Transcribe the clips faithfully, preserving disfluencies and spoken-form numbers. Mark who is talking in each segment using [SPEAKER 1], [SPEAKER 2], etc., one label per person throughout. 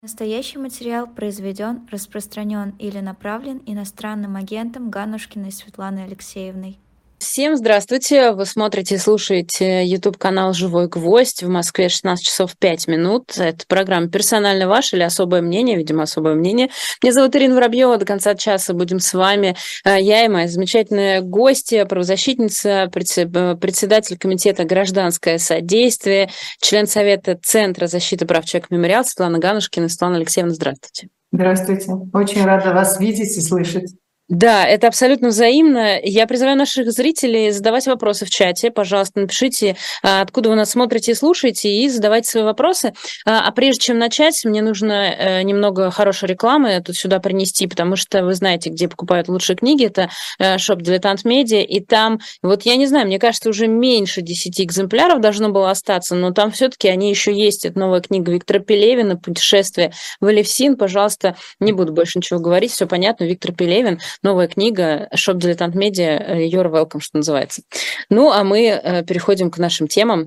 [SPEAKER 1] Настоящий материал произведен, распространен или направлен иностранным агентом Ганушкиной Светланой Алексеевной.
[SPEAKER 2] Всем здравствуйте! Вы смотрите и слушаете YouTube-канал «Живой гвоздь». В Москве шестнадцать часов пять минут. Это программа «Персонально ваш» или «Особое мнение», видимо, «Особое мнение». Меня зовут Ирина Воробьева. До конца часа будем с вами. Я и моя замечательная гостья, правозащитница, председатель комитета «Гражданское содействие», член Совета Центра защиты прав человека «Мемориал» Светлана Ганушкина. Светлана Алексеевна, здравствуйте.
[SPEAKER 3] Здравствуйте. Очень рада вас видеть и слышать.
[SPEAKER 2] Да, это абсолютно взаимно. Я призываю наших зрителей задавать вопросы в чате. Пожалуйста, напишите, откуда вы нас смотрите и слушаете, и задавайте свои вопросы. А прежде чем начать, мне нужно немного хорошей рекламы тут сюда принести, потому что вы знаете, где покупают лучшие книги. Это шоп «Дилетант Медиа», и там, вот я не знаю, мне кажется, уже меньше десяти экземпляров должно было остаться, но там все-таки они еще есть. Это новая книга Виктора Пелевина «Путешествие в Элевсин». Пожалуйста, не буду больше ничего говорить, все понятно. Виктор Пелевин. Новая книга «Шоп Дилетант Медиа», «You're welcome», что называется. Ну, а мы переходим к нашим темам.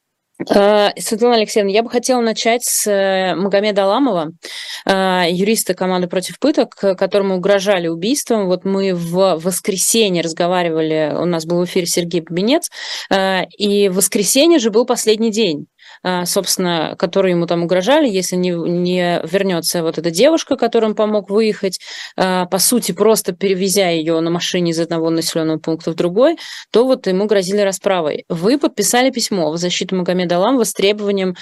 [SPEAKER 2] Светлана Алексеевна, я бы хотела начать с Магомеда Аламова, юриста команды «Против пыток», которому угрожали убийством. Вот мы в воскресенье разговаривали, у нас был в эфире Сергей Побенец, и в воскресенье же был последний день, собственно, которые ему там угрожали, если не, не вернется вот эта девушка, которой он помог выехать, по сути, просто перевезя ее на машине из одного населенного пункта в другой, то вот ему грозили расправой. Вы подписали письмо в защиту Магомеда Аламова с требованием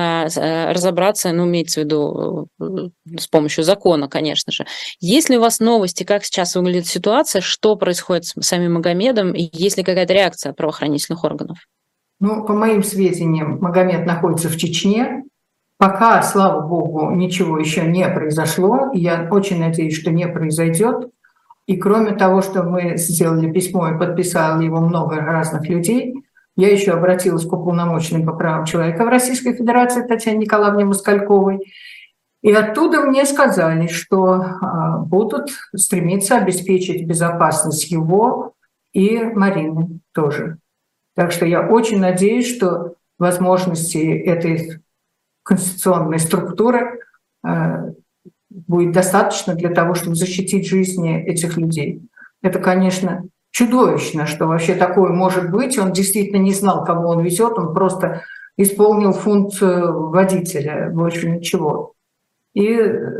[SPEAKER 2] разобраться, ну, имеется в виду с помощью закона, конечно же. Есть ли у вас новости, как сейчас выглядит ситуация, что происходит с самим Магомедом, и есть ли какая-то реакция правоохранительных органов?
[SPEAKER 3] Ну, по моим сведениям, Магомед находится в Чечне. Пока, слава богу, ничего еще не произошло. И я очень надеюсь, что не произойдет. И кроме того, что мы сделали письмо и подписали его много разных людей, я еще обратилась к уполномоченной по правам человека в Российской Федерации Татьяне Николаевне Москальковой. И оттуда мне сказали, что будут стремиться обеспечить безопасность его и Марины тоже. Так что я очень надеюсь, что возможности этой конституционной структуры э, будет достаточно для того, чтобы защитить жизни этих людей. Это, конечно, чудовищно, что вообще такое может быть. Он действительно не знал, кого он везет, он просто исполнил функцию водителя, больше ничего. И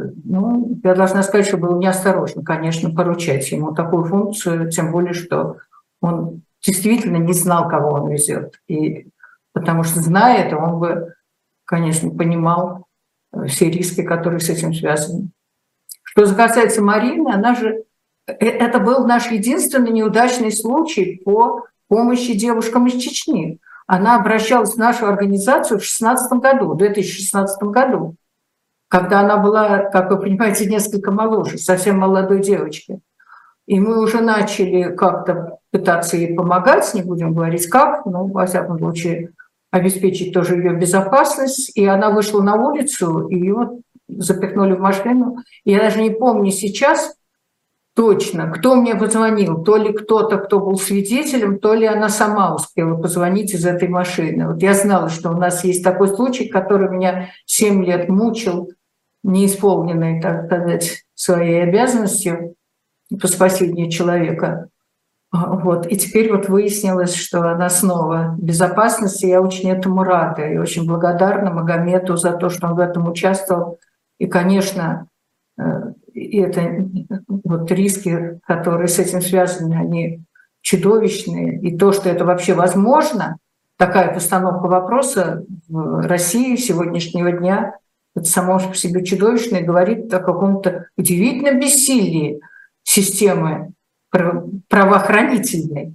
[SPEAKER 3] ну, я должна сказать, что было неосторожно, конечно, поручать ему такую функцию, тем более, что он действительно не знал, кого он везет. И потому что, зная это, он бы, конечно, понимал все риски, которые с этим связаны. Что же касается Марины, она же... Это был наш единственный неудачный случай по помощи девушкам из Чечни. Она обращалась в нашу организацию в шестнадцатом году, в две тысячи шестнадцатом году, когда она была, как вы понимаете, несколько моложе, совсем молодой девочкой. И мы уже начали как-то пытаться ей помогать, не будем говорить как, но, во всяком случае, обеспечить тоже ее безопасность. И она вышла на улицу, и ее запихнули в машину. И я даже не помню сейчас точно, кто мне позвонил. То ли кто-то, кто был свидетелем, то ли она сама успела позвонить из этой машины. Вот я знала, что у нас есть такой случай, который меня семь лет мучил, неисполненной, так сказать, своей обязанностью по спасению человека. Вот. И теперь вот выяснилось, что она снова в безопасности. Я очень этому рада и очень благодарна Магомеду за то, что он в этом участвовал. И, конечно, это, вот риски, которые с этим связаны, они чудовищные. И то, что это вообще возможно, такая постановка вопроса в России сегодняшнего дня, это само по себе чудовищно и говорит о каком-то удивительном бессилии системы правоохранительной.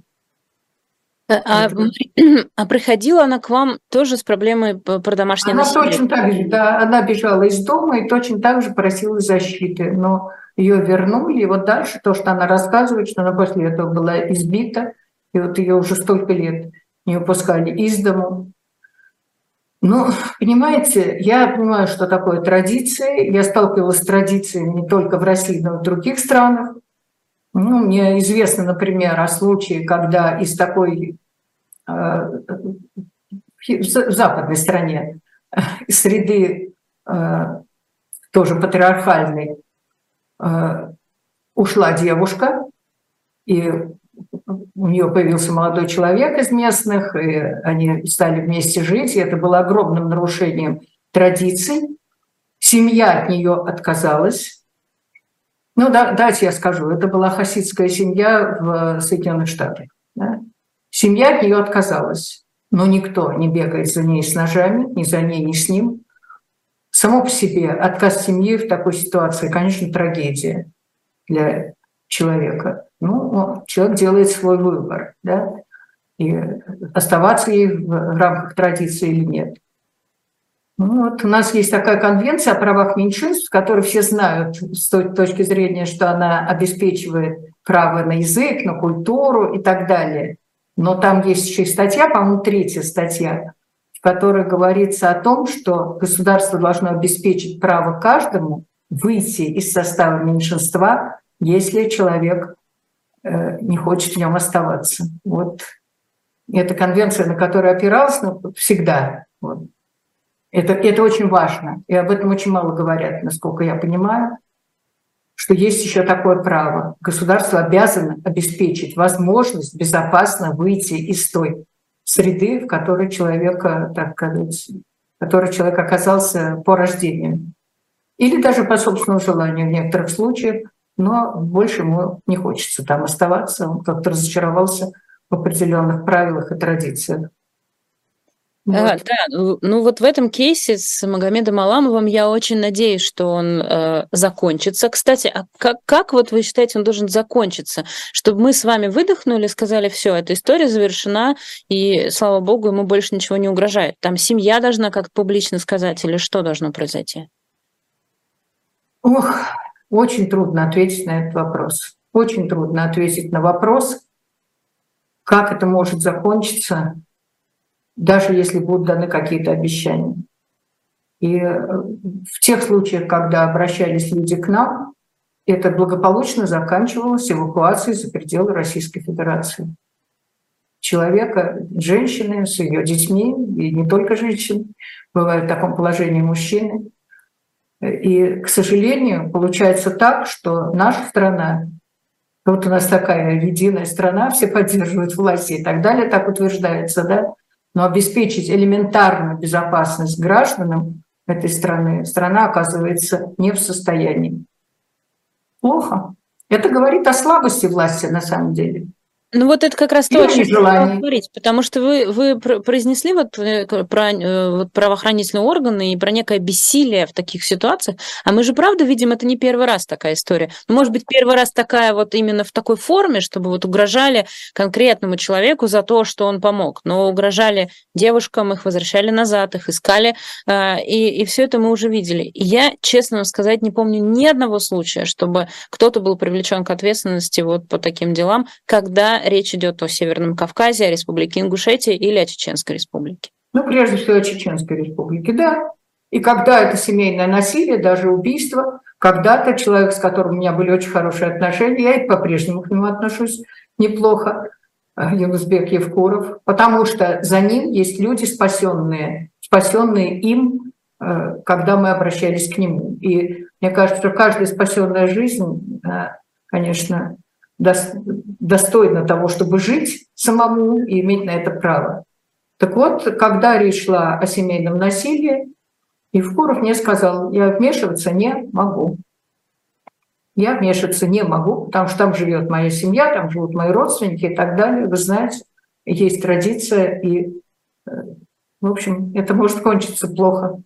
[SPEAKER 2] А, а приходила она к вам тоже с проблемой про домашнее
[SPEAKER 3] она
[SPEAKER 2] насилие?
[SPEAKER 3] Точно так же, да, она бежала из дома и точно так же просила защиты, но ее вернули. И вот дальше то, что она рассказывает, что она после этого была избита, и вот ее уже столько лет не выпускали из дому. Ну, понимаете, я понимаю, что такое традиции. Я сталкивалась с традициями не только в России, но и в других странах. Ну, мне известно, например, о случае, когда из такой э, в западной стране среды э, тоже патриархальный, ушла девушка, и у нее появился молодой человек из местных, и они стали вместе жить, и это было огромным нарушением традиций. Семья от нее отказалась. Ну, да, дайте я скажу, это была хасидская семья в Соединенных Штатах. Да? Семья от нее отказалась, но никто не бегает за ней с ножами, ни за ней, ни с ним. Само по себе отказ семьи в такой ситуации, конечно, трагедия для человека. Ну, человек делает свой выбор, да, и оставаться ей в рамках традиции или нет. Ну, вот у нас есть такая конвенция о правах меньшинств, которую все знают с той точки зрения, что она обеспечивает право на язык, на культуру и так далее. Но там есть еще и статья, по-моему, третья статья, в которой говорится о том, что государство должно обеспечить право каждому выйти из состава меньшинства, если человек э, не хочет в нем оставаться. Вот. Это конвенция, на которую опиралась, ну, всегда. Вот. Это, это очень важно, и об этом очень мало говорят, насколько я понимаю, что есть еще такое право. Государство обязано обеспечить возможность безопасно выйти из той среды, в которой, человека, так сказать, в которой человек оказался по рождению. Или даже по собственному желанию в некоторых случаях, но больше ему не хочется там оставаться, он как-то разочаровался в определенных правилах и традициях. Вот.
[SPEAKER 2] А, да, ну вот в этом кейсе с Магомедом Аламовым я очень надеюсь, что он э, закончится. Кстати, а как, как вот вы считаете, он должен закончиться? Чтобы мы с вами выдохнули, сказали, все, эта история завершена, и, слава богу, ему больше ничего не угрожает. Там семья должна как-то публично сказать, или что должно произойти?
[SPEAKER 3] Ох, очень трудно ответить на этот вопрос. Очень трудно ответить на вопрос, как это может закончиться, даже если будут даны какие-то обещания. И в тех случаях, когда обращались люди к нам, это благополучно заканчивалось эвакуацией за пределы Российской Федерации. Человека, женщины с ее детьми, и не только женщин, бывают в таком положении мужчины. И, к сожалению, получается так, что наша страна, вот у нас такая единая страна, все поддерживают власти и так далее, так утверждается, да, но обеспечить элементарную безопасность гражданам этой страны страна оказывается не в состоянии. Плохо. Это говорит о слабости власти на самом деле.
[SPEAKER 2] Ну вот это как раз то, о чем я
[SPEAKER 3] хотела
[SPEAKER 2] говорить, потому что вы, вы произнесли вот про вот правоохранительные органы и про некое бессилие в таких ситуациях, а мы же правда видим, это не первый раз такая история. Может быть, первый раз такая вот именно в такой форме, чтобы вот угрожали конкретному человеку за то, что он помог, но угрожали девушкам, их возвращали назад, их искали, и, и все это мы уже видели. И я, честно вам сказать, не помню ни одного случая, чтобы кто-то был привлечен к ответственности вот по таким делам, когда речь идет о Северном Кавказе, о Республике Ингушетия или о Чеченской Республике.
[SPEAKER 3] Ну, прежде всего, о Чеченской Республике, да. И когда это семейное насилие, даже убийство, когда-то человек, с которым у меня были очень хорошие отношения, я и по-прежнему к нему отношусь неплохо, Юнусбек Евкуров, потому что за ним есть люди, спасенные, спасенные им, когда мы обращались к нему. И мне кажется, что каждая спасенная жизнь, конечно, достойна того, чтобы жить самому и иметь на это право. Так вот, когда речь шла о семейном насилии, Евкуров мне сказал, я вмешиваться не могу. Я вмешиваться не могу, потому что там живет моя семья, там живут мои родственники и так далее. Вы знаете, есть традиция, и, в общем, это может кончиться плохо.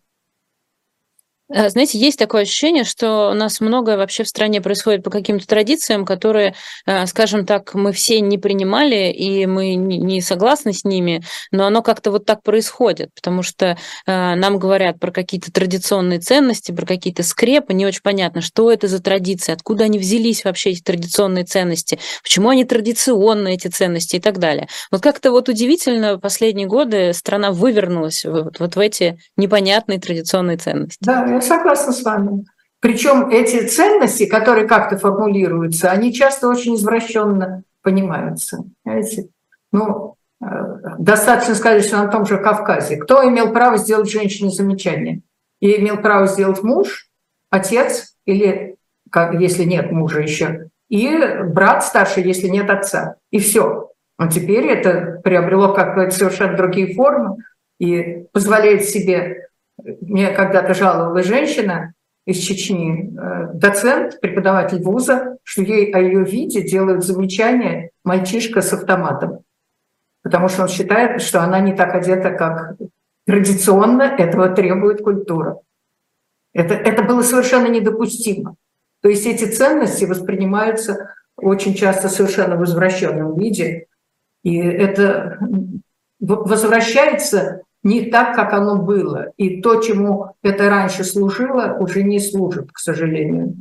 [SPEAKER 2] Знаете, есть такое ощущение, что у нас многое вообще в стране происходит по каким-то традициям, которые, скажем так, мы все не принимали, и мы не согласны с ними, но оно как-то вот так происходит, потому что нам говорят про какие-то традиционные ценности, про какие-то скрепы, не очень понятно, что это за традиции, откуда они взялись вообще, эти традиционные ценности, почему они традиционные, эти ценности и так далее. Вот как-то вот удивительно, в последние годы страна вывернулась вот, вот в эти непонятные традиционные ценности.
[SPEAKER 3] Да, я согласна с вами. Причем эти ценности, которые как-то формулируются, они часто очень извращенно понимаются. Знаете? Ну, достаточно сказать, что на том же Кавказе. Кто имел право сделать женщине замечание? И имел право сделать муж, отец или, как, если нет мужа еще, и брат старший, если нет отца. И все. Но теперь это приобрело какие-то совершенно другие формы и позволяет себе... Мне когда-то жаловалась женщина из Чечни, доцент, преподаватель вуза, что ей о ее виде делают замечания мальчишка с автоматом, потому что он считает, что она не так одета, как традиционно этого требует культура. Это, это было совершенно недопустимо. То есть эти ценности воспринимаются очень часто совершенно в извращенном виде, и это возвращается не так, как оно было. И то, чему это раньше служило, уже не служит, к сожалению.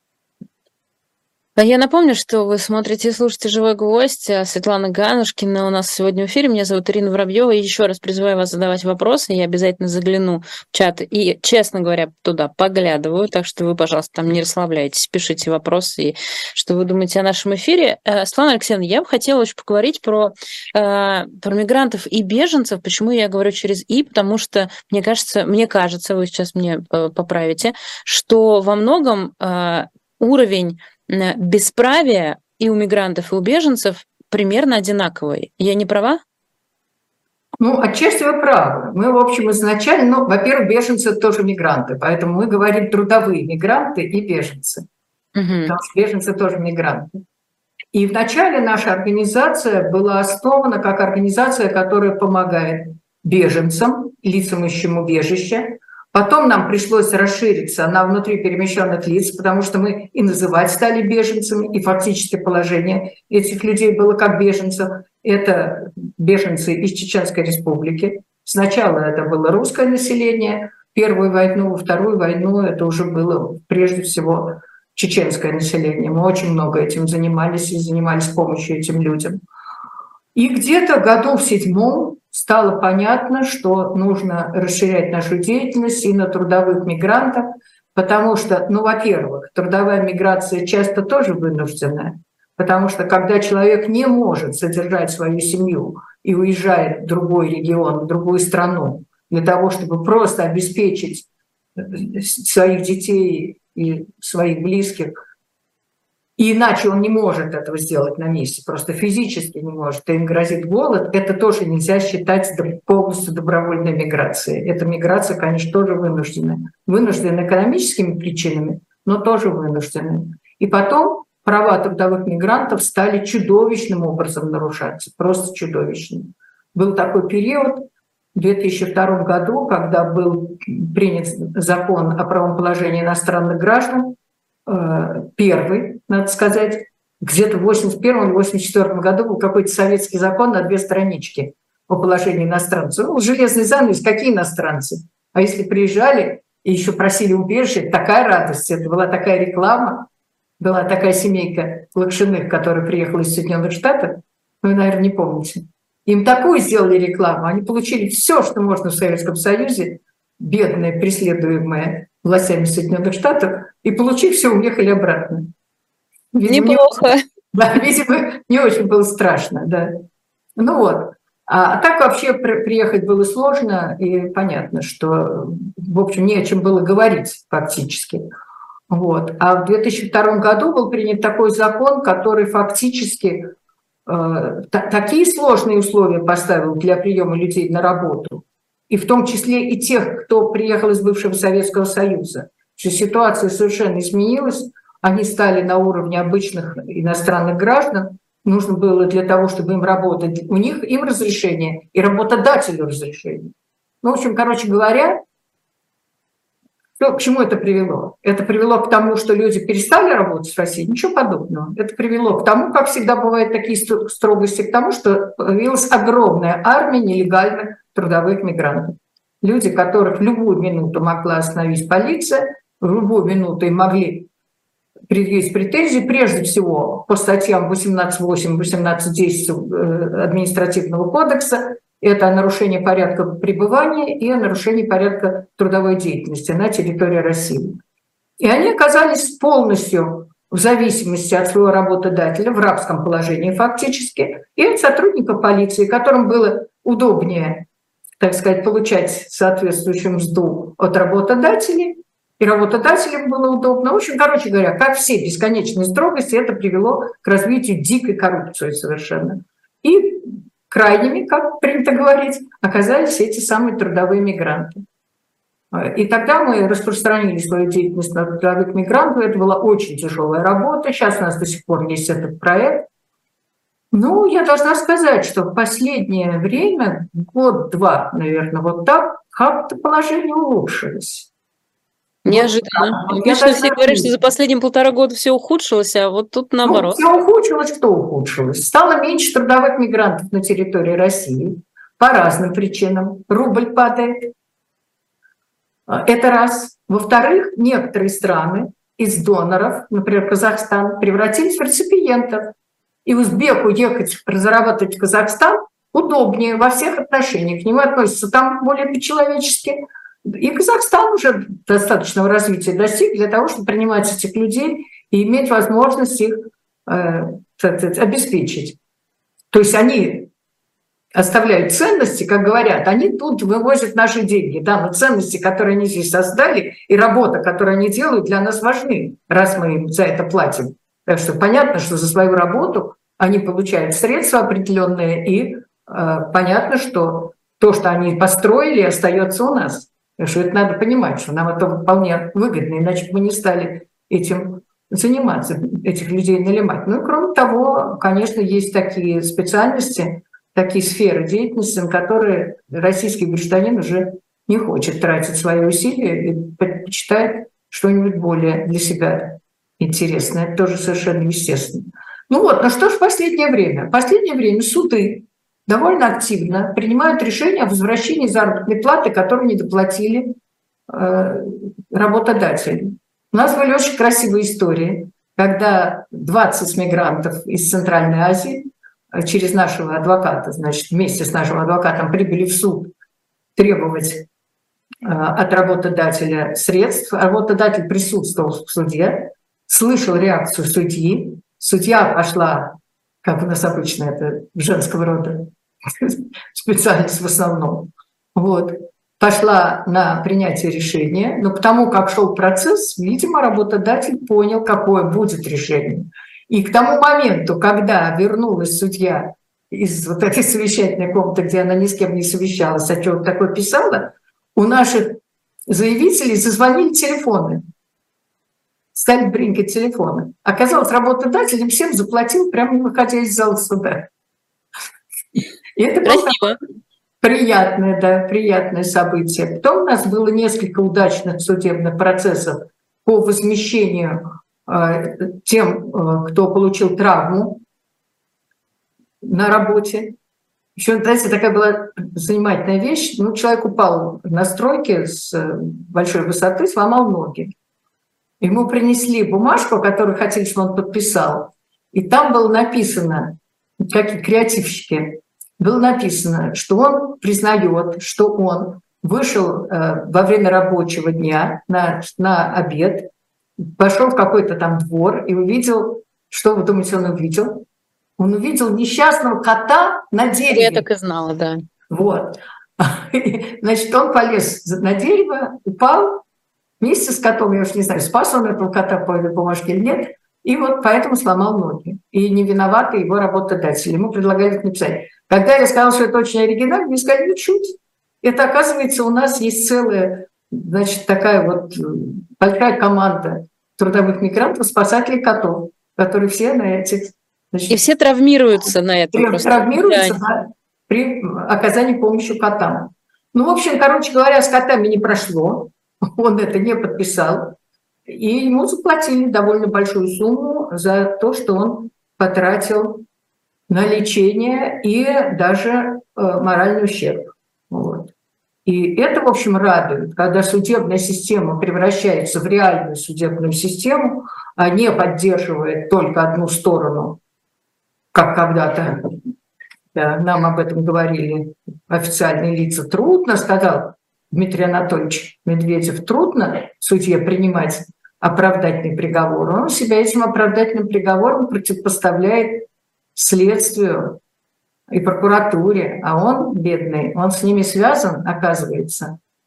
[SPEAKER 2] Я напомню, что вы смотрите и слушаете «Живой гвоздь». Светлана Ганушкина у нас сегодня в эфире. Меня зовут Ирина Воробьева. И еще раз призываю вас задавать вопросы. Я обязательно загляну в чат и, честно говоря, туда поглядываю. Так что вы, пожалуйста, там не расслабляйтесь, пишите вопросы, и что вы думаете о нашем эфире. Светлана Алексеевна, я бы хотела очень поговорить про, про мигрантов и беженцев. Почему я говорю через «и»? Потому что, мне кажется, мне кажется, вы сейчас мне поправите, что во многом уровень бесправия и у мигрантов, и у беженцев примерно одинаковый. Я не права?
[SPEAKER 3] Ну, отчасти вы правы. Мы, в общем, изначально, ну, во-первых, беженцы — тоже мигранты, поэтому мы говорим трудовые мигранты и беженцы. Угу. Потому что беженцы тоже мигранты. И вначале наша организация была основана как организация, которая помогает беженцам, лицам, ищущим убежище. Потом нам пришлось расшириться на внутри перемещенных лиц, потому что мы и называть стали беженцами, и фактически положение этих людей было как беженцев. Это беженцы из Чеченской Республики. Сначала это было русское население, первую войну, вторую войну это уже было прежде всего чеченское население. Мы очень много этим занимались и занимались помощью этим людям. И где-то году в седьмом стало понятно, что нужно расширять нашу деятельность и на трудовых мигрантов, потому что, ну, во-первых, трудовая миграция часто тоже вынужденная, потому что когда человек не может содержать свою семью и уезжает в другой регион, в другую страну для того, чтобы просто обеспечить своих детей и своих близких, и иначе он не может этого сделать на месте, просто физически не может, и им грозит голод, это тоже нельзя считать полностью добровольной миграцией. Эта миграция, конечно, тоже вынужденная. Вынуждена экономическими причинами, но тоже вынужденная. И потом права трудовых мигрантов стали чудовищным образом нарушаться, просто чудовищным. Был такой период в две тысячи втором году, когда был принят закон о правом положении иностранных граждан, первый, надо сказать, где-то в восемьдесят первом или восемьдесят четвёртом году был какой-то советский закон на две странички о положении иностранцев. Ну, железный занавес, какие иностранцы? А если приезжали и еще просили убежище, такая радость, это была такая реклама, была такая семейка Лакшиных, которая приехала из Соединенных Штатов, вы, наверное, не помните. Им такую сделали рекламу, они получили все, что можно в Советском Союзе, бедные, преследуемые властями Соединенных Штатов, и, получив все, уехали обратно.
[SPEAKER 2] Видимо, неплохо.
[SPEAKER 3] Не, да, видимо, не очень было страшно, да. Ну вот. А так вообще приехать было сложно, и понятно, что, в общем, не о чем было говорить фактически. Вот. А в две тысячи втором году был принят такой закон, который фактически э, такие сложные условия поставил для приема людей на работу, и в том числе и тех, кто приехал из бывшего Советского Союза, что ситуация совершенно изменилась, они стали на уровне обычных иностранных граждан, нужно было для того, чтобы им работать, у них им разрешение и работодателю разрешение. Ну, в общем, короче говоря, что, к чему это привело? Это привело к тому, что люди перестали работать в России? Ничего подобного. Это привело к тому, как всегда бывают такие строгости, к тому, что появилась огромная армия нелегальных трудовых мигрантов. Люди, которых в любую минуту могла остановить полиция, в любую минуту им могли предъявить претензии, прежде всего по статьям восемнадцать восемь, восемнадцать десять административного кодекса. Это о нарушении порядка пребывания и о нарушении порядка трудовой деятельности на территории России. И они оказались полностью в зависимости от своего работодателя, в рабском положении фактически, и от сотрудников полиции, которым было удобнее, так сказать, получать соответствующую мзду от работодателей и работодателям было удобно. В общем, короче говоря, как все бесконечные строгости, это привело к развитию дикой коррупции совершенно. И крайними, как принято говорить, оказались эти самые трудовые мигранты. И тогда мы распространили свою деятельность на трудовых мигрантов. Это была очень тяжелая работа. Сейчас у нас до сих пор есть этот проект. Ну, я должна сказать, что в последнее время, год-два, наверное, вот так, как-то положение улучшилось.
[SPEAKER 2] Неожиданно.
[SPEAKER 3] Вот,
[SPEAKER 2] Обычно все говорят, что за последние полтора года все ухудшилось, а вот тут наоборот.
[SPEAKER 3] Ну, все ухудшилось, что ухудшилось? Стало меньше трудовых мигрантов на территории России по разным причинам. Рубль падает. Это раз. Во-вторых, некоторые страны из доноров, например, Казахстан, превратились в реципиентов. И узбеку ехать зарабатывать в Казахстан удобнее во всех отношениях. К нему относятся там более по-человечески. И Казахстан уже достаточного развития достиг для того, чтобы принимать этих людей и иметь возможность их э, обеспечить. То есть они оставляют ценности, как говорят, они тут вывозят наши деньги. Да, но ценности, которые они здесь создали, и работа, которую они делают, для нас важны, раз мы им за это платим. Так что понятно, что за свою работу они получают средства определенные, и э, понятно, что то, что они построили, остается у нас. Так что это надо понимать, что нам это вполне выгодно, иначе бы мы не стали этим заниматься, этих людей нанимать. Ну и кроме того, конечно, есть такие специальности, такие сферы деятельности, на которые российский гражданин уже не хочет тратить свои усилия и предпочитает что-нибудь более для себя интересное. Это тоже совершенно естественно. Ну вот, ну что ж в последнее время? В последнее время суды довольно активно принимают решения о возвращении заработной платы, которую не доплатили э, работодатели. У нас были очень красивые истории, когда двадцать мигрантов из Центральной Азии через нашего адвоката, значит, вместе с нашим адвокатом прибыли в суд требовать э, от работодателя средств. Работодатель присутствовал в суде, слышал реакцию судьи. Судья пошла, как у нас обычно это женского рода специальность в основном, вот, пошла на принятие решения, но потому как шел процесс, видимо, работодатель понял, какое будет решение. И к тому моменту, когда вернулась судья из вот этой совещательной комнаты, где она ни с кем не совещалась, а что-то такое писала, у наших заявителей зазвонили телефоны. Стали бринкать телефоны. Оказалось, работодатель им всем заплатил, прямо не выходя из зала суда. И это было приятное, да, приятное событие. Потом у нас было несколько удачных судебных процессов по возмещению э, тем, э, кто получил травму на работе. Еще, знаете, такая была занимательная вещь. Ну, человек упал на стройке с большой высоты, сломал ноги. Ему принесли бумажку, которую хотели, чтобы он подписал. И там было написано, как креативщики, было написано, что он признает, что он вышел э, во время рабочего дня на, на обед, пошел в какой-то там двор и увидел, что вы думаете, он увидел? Он увидел несчастного кота на дереве.
[SPEAKER 2] Я так и знала, да.
[SPEAKER 3] Вот. Значит, он полез на дерево, упал вместе с котом, я уж не знаю, спас он этого кота по этой бумажке или нет, и вот поэтому сломал ноги. И не виноваты его работодатели. Ему предлагали это написать. Когда я сказала, что это очень оригинально, мне сказали, не чуть. Это, оказывается, у нас есть целая, значит, такая вот большая команда трудовых мигрантов, спасателей котов, которые все на этих... Значит,
[SPEAKER 2] и все травмируются на этом.
[SPEAKER 3] Травмируются, да, при оказании помощи котам. Ну, в общем, короче говоря, с котами не прошло. Он это не подписал. И ему заплатили довольно большую сумму за то, что он потратил на лечение и даже э, моральный ущерб. Вот. И это, в общем, радует, когда судебная система превращается в реальную судебную систему, а не поддерживает только одну сторону, как когда-то, да, нам об этом говорили официальные лица. Трудно, сказал Дмитрий Анатольевич Медведев, трудно судье принимать оправдательный приговор. Он себя этим оправдательным приговором противопоставляет следствию и прокуратуре, а он, бедный, он с ними связан, оказывается.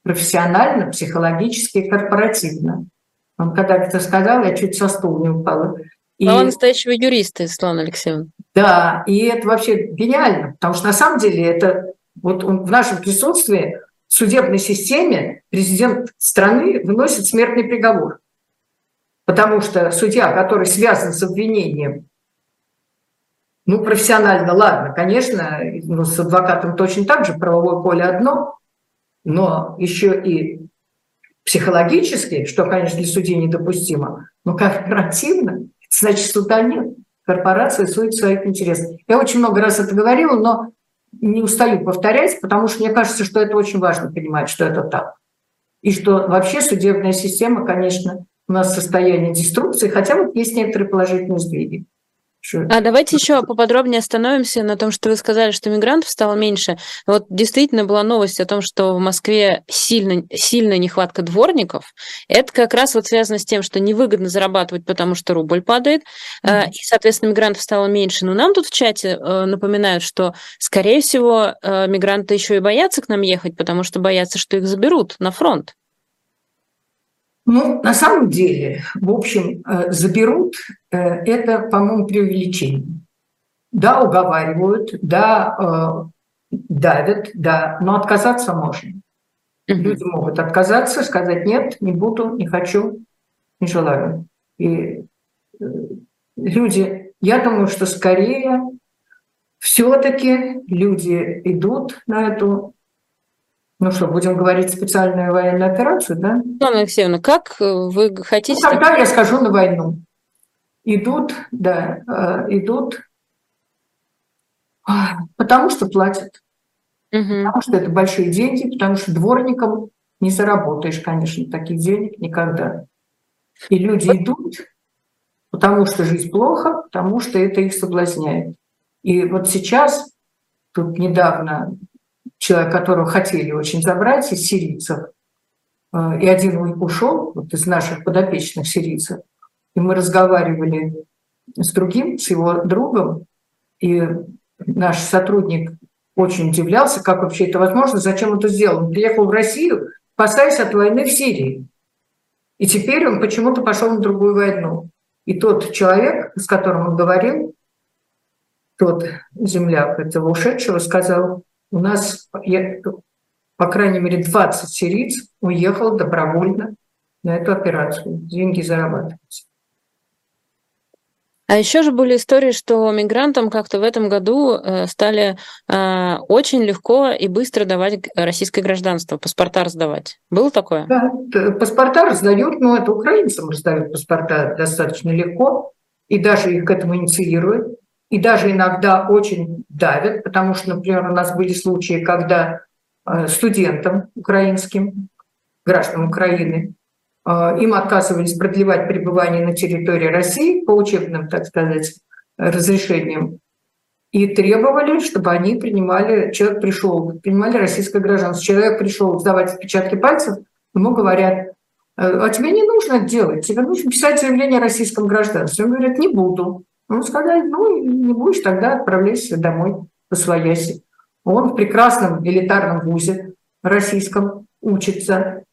[SPEAKER 3] профессионально, психологически и корпоративно. Он когда это сказал, я чуть со стула не упала. И,
[SPEAKER 2] слова настоящего юриста, Светлана Алексеевна.
[SPEAKER 3] да, и это вообще гениально, потому что на самом деле это вот в нашем присутствии в судебной системе президент страны выносит смертный приговор. Потому что судья, который связан с обвинением, ну, профессионально, ладно, конечно, ну, с адвокатом точно так же, правовое поле одно, но еще и психологически, что, конечно, для судей недопустимо, но корпоративно, значит, суда нет. Корпорация судит в своих интересах. Я очень много раз это говорила, но не устаю повторять, потому что мне кажется, что это очень важно понимать, что это так. И что вообще судебная система, конечно, у нас в состоянии деструкции, хотя вот есть некоторые положительные сдвиги.
[SPEAKER 2] А давайте еще поподробнее остановимся на том, что вы сказали, что мигрантов стало меньше. Вот действительно была новость о том, что в Москве сильно, сильная нехватка дворников. Это как раз вот связано с тем, что невыгодно зарабатывать, потому что рубль падает, mm-hmm. и, соответственно, мигрантов стало меньше. Но нам тут в чате напоминают, что, скорее всего, мигранты еще и боятся к нам ехать, потому что боятся, что их заберут на фронт.
[SPEAKER 3] Ну, на самом деле, в общем, заберут, это, по-моему, преувеличение. Да, уговаривают, да, давят, да, но отказаться можно. Mm-hmm. Люди могут отказаться, сказать нет, не буду, не хочу, не желаю. И люди, я думаю, что скорее все-таки люди идут на эту. Ну что, будем говорить специальную военную операцию, да?
[SPEAKER 2] Светлана Алексеевна, как вы хотите...
[SPEAKER 3] Ну, тогда я скажу на войну. Идут, да, идут, потому что платят. Угу. Потому что это большие деньги, потому что дворникам не заработаешь, конечно, таких денег никогда. И люди идут, потому что жизнь плохо, потому что это их соблазняет. И вот сейчас, тут недавно... человек, которого хотели очень забрать из сирийцев, и один ушел вот из наших подопечных сирийцев, и мы разговаривали с другим, с его другом, и наш сотрудник очень удивлялся, как вообще это возможно, зачем он это сделал. Он приехал в Россию, спасаясь от войны в Сирии, и теперь он почему-то пошел на другую войну. И тот человек, с которым он говорил, тот земляк этого ушедшего, сказал: у нас, по крайней мере, двадцать сирийцев уехало добровольно на эту операцию. Деньги зарабатываются.
[SPEAKER 2] А еще же были истории, что мигрантам как-то в этом году стали очень легко и быстро давать российское гражданство, паспорта раздавать. Было такое?
[SPEAKER 3] Да, паспорта раздают, но это украинцам раздают паспорта достаточно легко, и даже их к этому инициируют. И даже иногда очень давят, потому что, например, у нас были случаи, когда студентам украинским, гражданам Украины, им отказывались продлевать пребывание на территории России по учебным, так сказать, разрешениям, и требовали, чтобы они принимали, человек пришел, принимали российское гражданство. Человек пришел сдавать отпечатки пальцев, ему говорят: а тебе не нужно это делать, тебе нужно писать заявление о российском гражданстве. Он говорит: не буду. Ну, сказали: ну, не будешь, тогда отправляйся домой, посвояйся. Он в прекрасном элитарном вузе российском учится,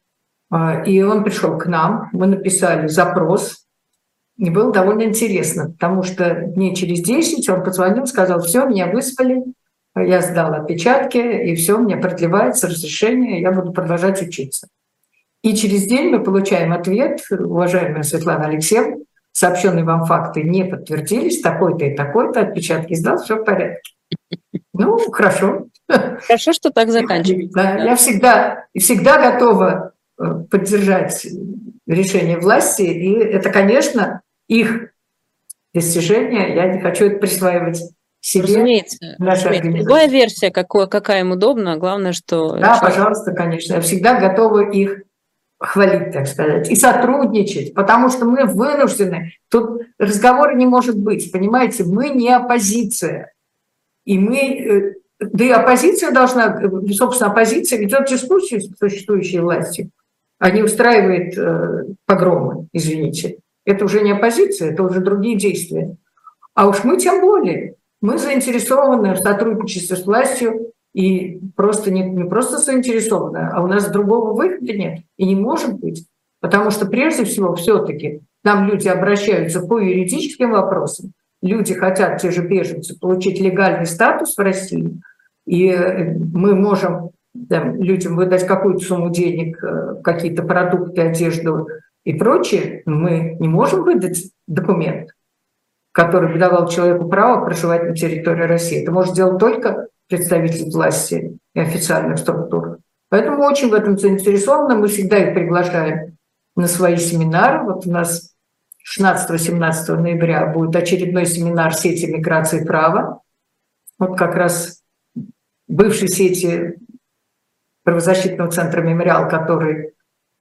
[SPEAKER 3] и он пришел к нам, мы написали запрос, и было довольно интересно, потому что дней через десять он позвонил, сказал: все, меня вызвали, я сдал отпечатки, и все, мне продлевается разрешение, я буду продолжать учиться. И через день мы получаем ответ: уважаемая Светлана Алексеевна, сообщенные вам факты не подтвердились, такой-то и такой-то, отпечатки сдал, все в порядке. Ну, хорошо.
[SPEAKER 2] Хорошо, что так заканчивается.
[SPEAKER 3] Да, я всегда, всегда готова поддержать решение власти, и это, конечно, их достижение, я не хочу это присваивать себе.
[SPEAKER 2] Разумеется. Любая версия, какой, какая им удобна, главное, что...
[SPEAKER 3] Да, человек... пожалуйста, конечно, я всегда готова их хвалить, так сказать, и сотрудничать, потому что мы вынуждены, тут разговора не может быть, понимаете, мы не оппозиция, и мы, да и оппозиция должна, собственно, оппозиция ведет дискуссию с существующей властью, а не устраивает э, погромы, извините. Это уже не оппозиция, это уже другие действия. А уж мы тем более, мы заинтересованы в сотрудничестве с властью, и просто не, не просто заинтересованы, а у нас другого выхода нет и не может быть. Потому что прежде всего все-таки к нам люди обращаются по юридическим вопросам. Люди хотят, те же беженцы, получить легальный статус в России, и мы можем там, людям выдать какую-то сумму денег, какие-то продукты, одежду и прочее. Мы не можем выдать документ, который бы давал человеку право проживать на территории России. Это может делать только представитель власти и официальных структур. Поэтому очень в этом заинтересованы. Мы всегда их приглашаем на свои семинары. Вот у нас шестнадцатого-семнадцатого ноября будет очередной семинар сети миграции и права. Вот как раз бывшей сети правозащитного центра «Мемориал», который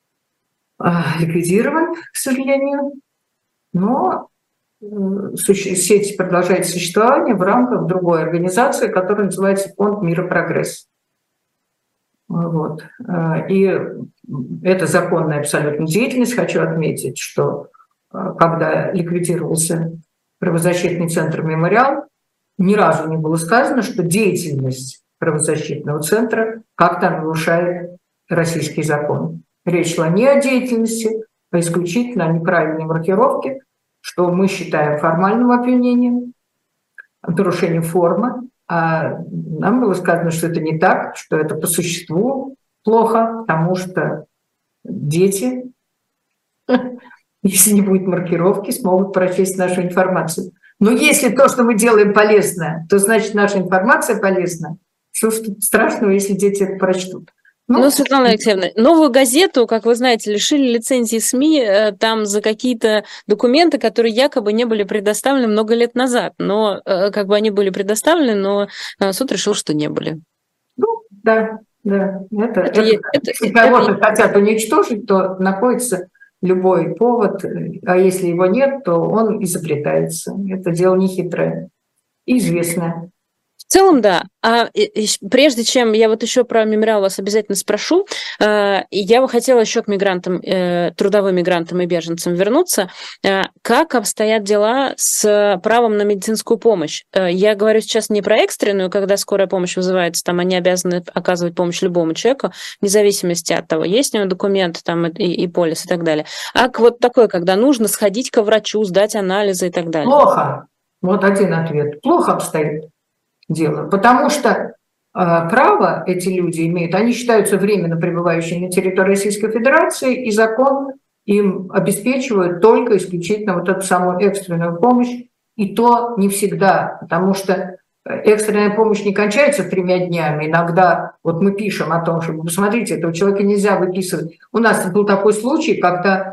[SPEAKER 3] а, ликвидирован, к сожалению. Но сеть продолжает существование в рамках другой организации, которая называется Фонд мира прогресса. Вот. И это законная абсолютно деятельность. Хочу отметить, что когда ликвидировался правозащитный центр «Мемориал», ни разу не было сказано, что деятельность правозащитного центра как-то нарушает российский закон. Речь шла не о деятельности, а исключительно о неправильной маркировке, что мы считаем формальным обвинением, нарушением формы. А нам было сказано, что это не так, что это по существу плохо, потому что дети, если не будет маркировки, смогут прочесть нашу информацию. Но если то, что мы делаем, полезно, то значит наша информация полезна. Что ж тут страшного, если дети это прочтут?
[SPEAKER 2] Ну, ну, Светлана Алексеевна, «Новую газету», как вы знаете, лишили лицензии СМИ там за какие-то документы, которые якобы не были предоставлены много лет назад. Но как бы они были предоставлены, но суд решил, что не были.
[SPEAKER 3] Ну, да, да. Это,
[SPEAKER 2] это,
[SPEAKER 3] это,
[SPEAKER 2] это,
[SPEAKER 3] если
[SPEAKER 2] это,
[SPEAKER 3] кого-то
[SPEAKER 2] это...
[SPEAKER 3] хотят уничтожить, то находится любой повод, а если его нет, то он изобретается. Это дело нехитрое и известное.
[SPEAKER 2] В целом, да. А прежде чем я вот еще про мемориал вас обязательно спрошу, я бы хотела еще к мигрантам, трудовым мигрантам и беженцам вернуться. Как обстоят дела с правом на медицинскую помощь? Я говорю сейчас не про экстренную, когда скорая помощь вызывается, там они обязаны оказывать помощь любому человеку, вне зависимости от того, есть у него документы там, и, и полис и так далее. А вот такое, когда нужно сходить к врачу, сдать анализы и так далее.
[SPEAKER 3] Плохо. Вот один ответ. Плохо обстоит дело, потому что э, право эти люди имеют, они считаются временно пребывающими на территории Российской Федерации, и закон им обеспечивает только исключительно вот эту самую экстренную помощь, и то не всегда, потому что экстренная помощь не кончается тремя днями. Иногда вот мы пишем о том, что, посмотрите, этого человека нельзя выписывать. У нас был такой случай, когда,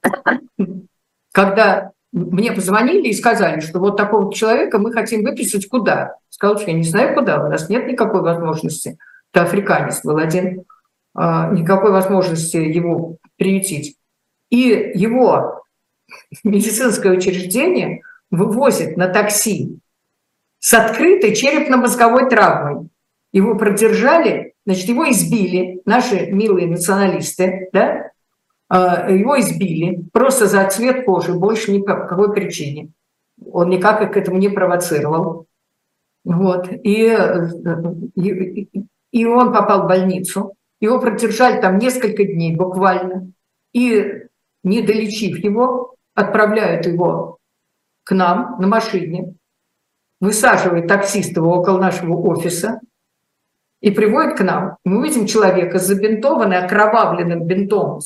[SPEAKER 3] когда мне позвонили и сказали, что вот такого человека мы хотим выписать куда? Сказал, что я не знаю куда, у нас нет никакой возможности. Это африканец был один, никакой возможности его приютить. И его медицинское учреждение вывозит на такси с открытой черепно-мозговой травмой. Его продержали, значит, его избили, наши милые националисты, да? Его избили просто за цвет кожи, больше ни по какой причине. Он никак к этому не провоцировал. Вот. И, и, и он попал в больницу. Его продержали там несколько дней буквально. И, не долечив его, отправляют его к нам на машине, высаживает таксист его около нашего офиса и приводит к нам. Мы видим человека с забинтованным, окровавленным бинтом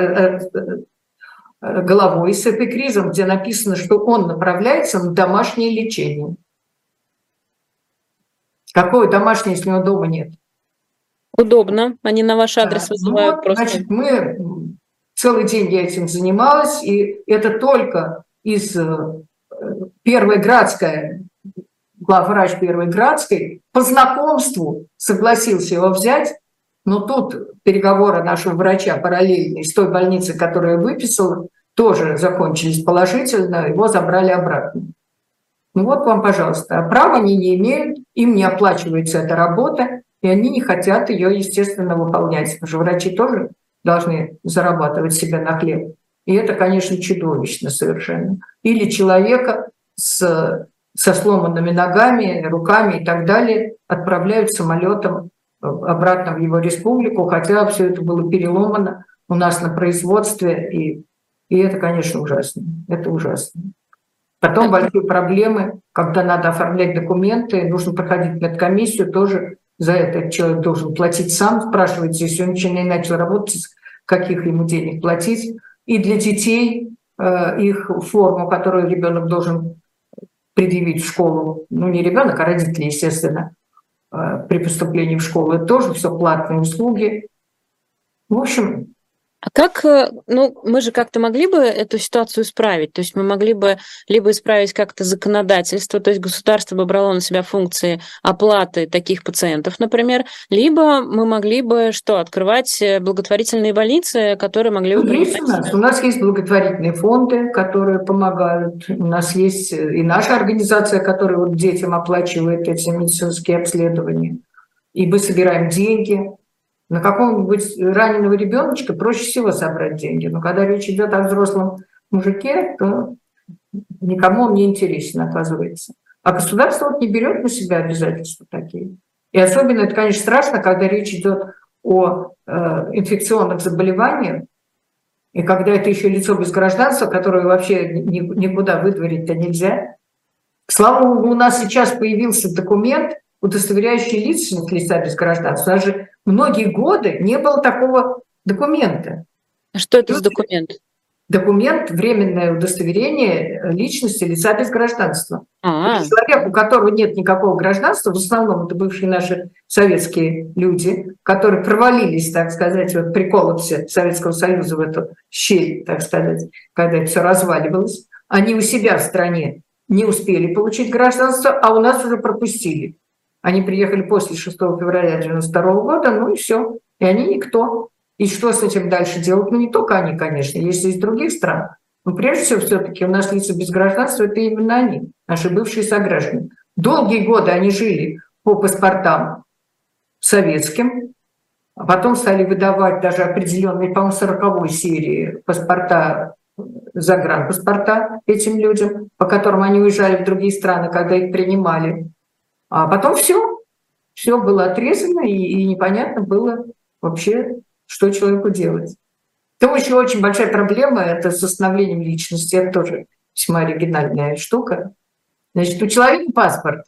[SPEAKER 3] головой, с эпикризом, где написано, что он направляется на домашнее лечение. Какое домашнее, если у него дома нет?
[SPEAKER 2] Удобно. Они на ваш адрес да. вызывают
[SPEAKER 3] ну,
[SPEAKER 2] просто.
[SPEAKER 3] Значит, мы целый день я этим занималась, и это только из Первой Градской, главврач Первой Градской, по знакомству согласился его взять, но тут переговоры нашего врача параллельные с той больницей, которую я выписала, тоже закончились положительно, его забрали обратно. Ну вот вам, пожалуйста. А права они не имеют, им не оплачивается эта работа, и они не хотят ее, естественно, выполнять. Потому что врачи тоже должны зарабатывать себе на хлеб. И это, конечно, чудовищно совершенно. Или человека с, со сломанными ногами, руками и так далее отправляют самолетом обратно в его республику, хотя все это было переломано у нас на производстве, и, и это, конечно, ужасно. Это ужасно. Потом большие проблемы, когда надо оформлять документы, нужно проходить медкомиссию, тоже за это человек должен платить сам, спрашивается, если он еще не начал работать, каких ему денег платить. И для детей э, их форму, которую ребенок должен предъявить в школу, ну не ребенок, а родители, естественно, э, при поступлении в школу, это тоже все платные услуги. В общем...
[SPEAKER 2] А как, ну, мы же как-то могли бы эту ситуацию исправить? То есть мы могли бы либо исправить как-то законодательство, то есть государство бы брало на себя функции оплаты таких пациентов, например, либо мы могли бы что, открывать благотворительные больницы, которые могли бы
[SPEAKER 3] ну,
[SPEAKER 2] принимать...
[SPEAKER 3] Есть у нас. У нас есть благотворительные фонды, которые помогают. У нас есть и наша организация, которая вот детям оплачивает эти медицинские обследования. И мы собираем деньги. На какого-нибудь раненого ребеночка проще всего собрать деньги. Но когда речь идет о взрослом мужике, то никому он не интересен, оказывается. А государство вот не берет на себя обязательства такие. И особенно это, конечно, страшно, когда речь идет о э, инфекционных заболеваниях, и когда это еще лицо без гражданства, которое вообще ни, никуда выдворить-то нельзя. Слава богу, у нас сейчас появился документ, удостоверяющий личность лица без гражданства. У нас же многие годы не было такого документа.
[SPEAKER 2] Что это за документ?
[SPEAKER 3] Документ — временное удостоверение личности лица без гражданства.
[SPEAKER 2] А-а-а.
[SPEAKER 3] Человек, у которого нет никакого гражданства, в основном это бывшие наши советские люди, которые провалились, так сказать, вот при коллапсе Советского Союза в эту щель, так сказать, когда это все разваливалось, они у себя в стране не успели получить гражданство, а у нас уже пропустили. Они приехали после шестого февраля девяносто второго года, ну и все. И они никто. И что с этим дальше делать? Ну не только они, конечно, есть и из других стран. Но прежде всего все-таки у нас лица без гражданства — это именно они, наши бывшие сограждане. Долгие годы они жили по паспортам советским, а потом стали выдавать даже определенные, по-моему, сороковой серии паспорта, загранпаспорта этим людям, по которым они уезжали в другие страны, когда их принимали. А потом все, все было отрезано, и, и непонятно было вообще, что человеку делать. То еще очень большая проблема — это с восстановлением личности. Это тоже весьма оригинальная штука. Значит, у человека паспорт.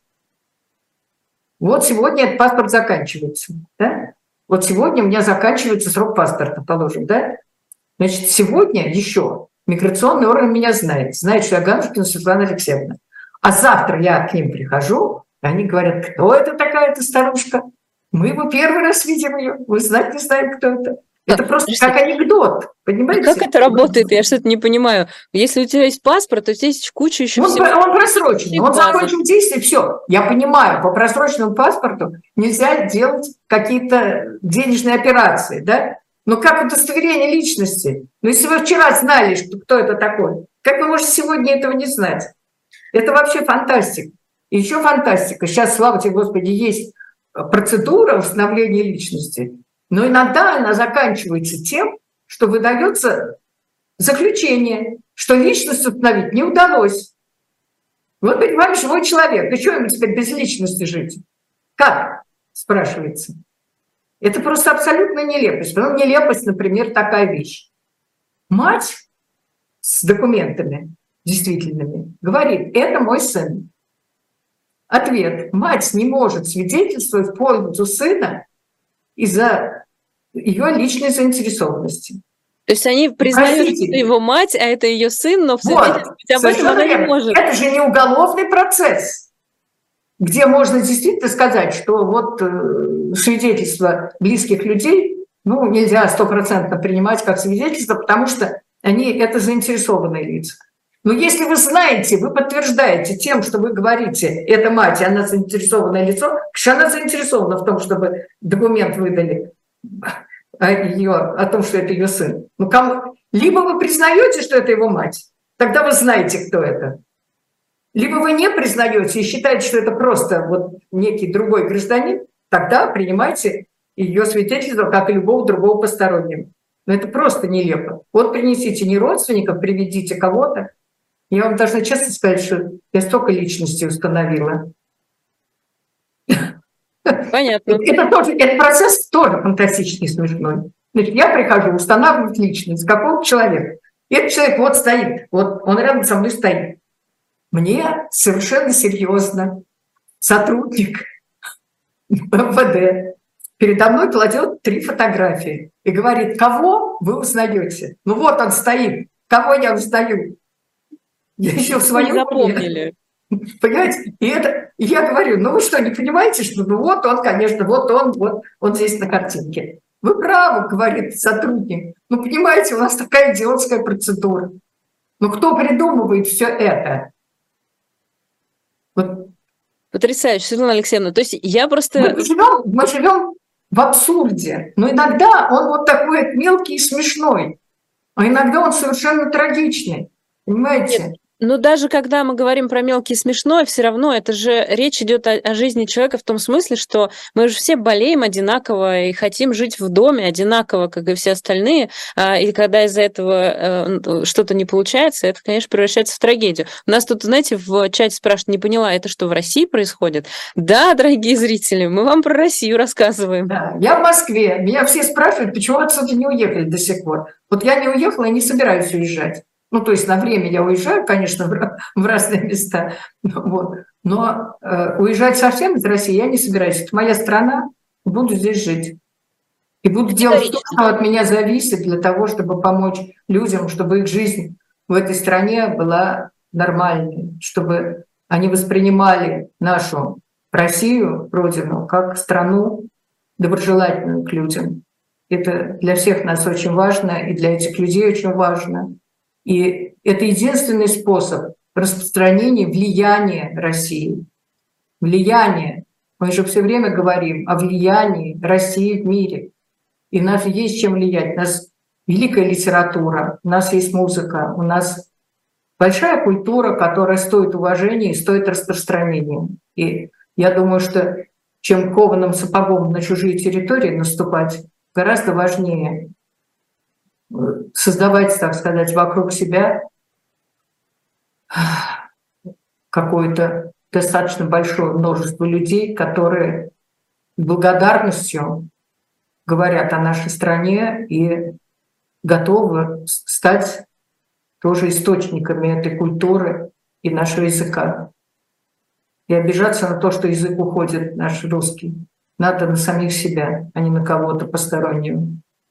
[SPEAKER 3] Вот сегодня этот паспорт заканчивается. Да? Вот сегодня у меня заканчивается срок паспорта, положим. Да? Значит, сегодня еще миграционный орган меня знает. Знает, что я Ганушкина Светлана Алексеевна. А завтра я к ним прихожу, они говорят: кто это такая-то старушка? Мы его первый раз видим ее, вы знать не знаем, кто это. Это а, просто как анекдот, понимаете?
[SPEAKER 2] А как это работает? Я что-то не понимаю. Если у тебя есть паспорт, то у тебя есть куча еще
[SPEAKER 3] он,
[SPEAKER 2] всего.
[SPEAKER 3] Он просроченный, он закончил действие, все. Я понимаю, по просроченному паспорту нельзя делать какие-то денежные операции, да? Но как удостоверение личности? Ну, если вы вчера знали, что, кто это такой, как вы можете сегодня этого не знать? Это вообще фантастика. И еще фантастика. Сейчас, слава тебе, Господи, есть процедура установления личности, но иногда она заканчивается тем, что выдается заключение, что личность установить не удалось. Вот, понимаешь, живой человек, да что ему теперь без личности жить? Как? Спрашивается. Это просто абсолютно нелепость. Ну, нелепость, например, такая вещь. Мать с документами действительными говорит: это мой сын. Ответ: мать не может свидетельствовать в пользу сына из-за ее личной заинтересованности.
[SPEAKER 2] То есть они признают, что это его мать, а это ее сын, но в свидетельствовать вот, об этом она не может.
[SPEAKER 3] Это же не уголовный процесс, где можно действительно сказать, что вот э, свидетельства близких людей, ну, нельзя стопроцентно принимать как свидетельство, потому что они — это заинтересованные лица. Но если вы знаете, вы подтверждаете тем, что вы говорите: это мать, и она заинтересованное лицо, что она заинтересована в том, чтобы документ выдали о, ее, о том, что это ее сын. Ну, кому... Либо вы признаете, что это его мать, тогда вы знаете, кто это. Либо вы не признаете и считаете, что это просто вот некий другой гражданин, тогда принимайте ее свидетельство, как и любого другого постороннего. Но это просто нелепо. Вот принесите не родственников, приведите кого-то. Я вам должна честно сказать, что я столько личностей установила.
[SPEAKER 2] Понятно.
[SPEAKER 3] Это тоже, этот процесс тоже фантастически смешной. Значит, я прихожу устанавливать личность какого-то человека. И этот человек вот стоит, вот он рядом со мной стоит. Мне совершенно серьезно сотрудник эм вэ дэ передо мной кладет три фотографии и говорит: кого вы узнаете? Ну вот он стоит, кого я узнаю? Я еще в своем
[SPEAKER 2] запомнили.
[SPEAKER 3] Понимаете? И это, и я говорю: ну вы что, не понимаете, что ну вот он, конечно, вот он, вот он здесь на картинке. Вы правы, говорит сотрудник. Ну понимаете, у нас такая идиотская процедура. Ну кто придумывает все это? Вот.
[SPEAKER 2] Потрясающе, Светлана Алексеевна. То есть я просто...
[SPEAKER 3] Мы живем, мы живем в абсурде. Но иногда он вот такой мелкий и смешной, а иногда он совершенно трагичный. Понимаете?
[SPEAKER 2] Нет. Но даже когда мы говорим про мелкий и смешной, все равно это же речь идет о, о жизни человека в том смысле, что мы же все болеем одинаково и хотим жить в доме одинаково, как и все остальные. И когда из-за этого что-то не получается, это, конечно, превращается в трагедию. У нас тут, знаете, в чате спрашивают: не поняла, это что, в России происходит? Да, дорогие зрители, мы вам про Россию рассказываем.
[SPEAKER 3] Да, я в Москве. Меня все спрашивают, почему отсюда не уехали до сих пор. Вот я не уехала и не собираюсь уезжать. Ну, то есть на время я уезжаю, конечно, в разные места, вот. Но э, уезжать совсем из России я не собираюсь. Это моя страна, буду здесь жить. И буду делать то, что от меня зависит, для того, чтобы помочь людям, чтобы их жизнь в этой стране была нормальной, чтобы они воспринимали нашу Россию, родину, как страну доброжелательную к людям. Это для всех нас очень важно, и для этих людей очень важно. И это единственный способ распространения влияния России. Влияние. Мы же все время говорим о влиянии России в мире. И у нас есть чем влиять. У нас великая литература, у нас есть музыка, у нас большая культура, которая стоит уважения и стоит распространения. И я думаю, что чем кованым сапогом на чужие территории наступать, гораздо важнее создавать, так сказать, вокруг себя какое-то достаточно большое множество людей, которые с благодарностью говорят о нашей стране и готовы стать тоже источниками этой культуры и нашего языка. И обижаться на то, что язык уходит наш русский, надо на самих себя, а не на кого-то постороннего.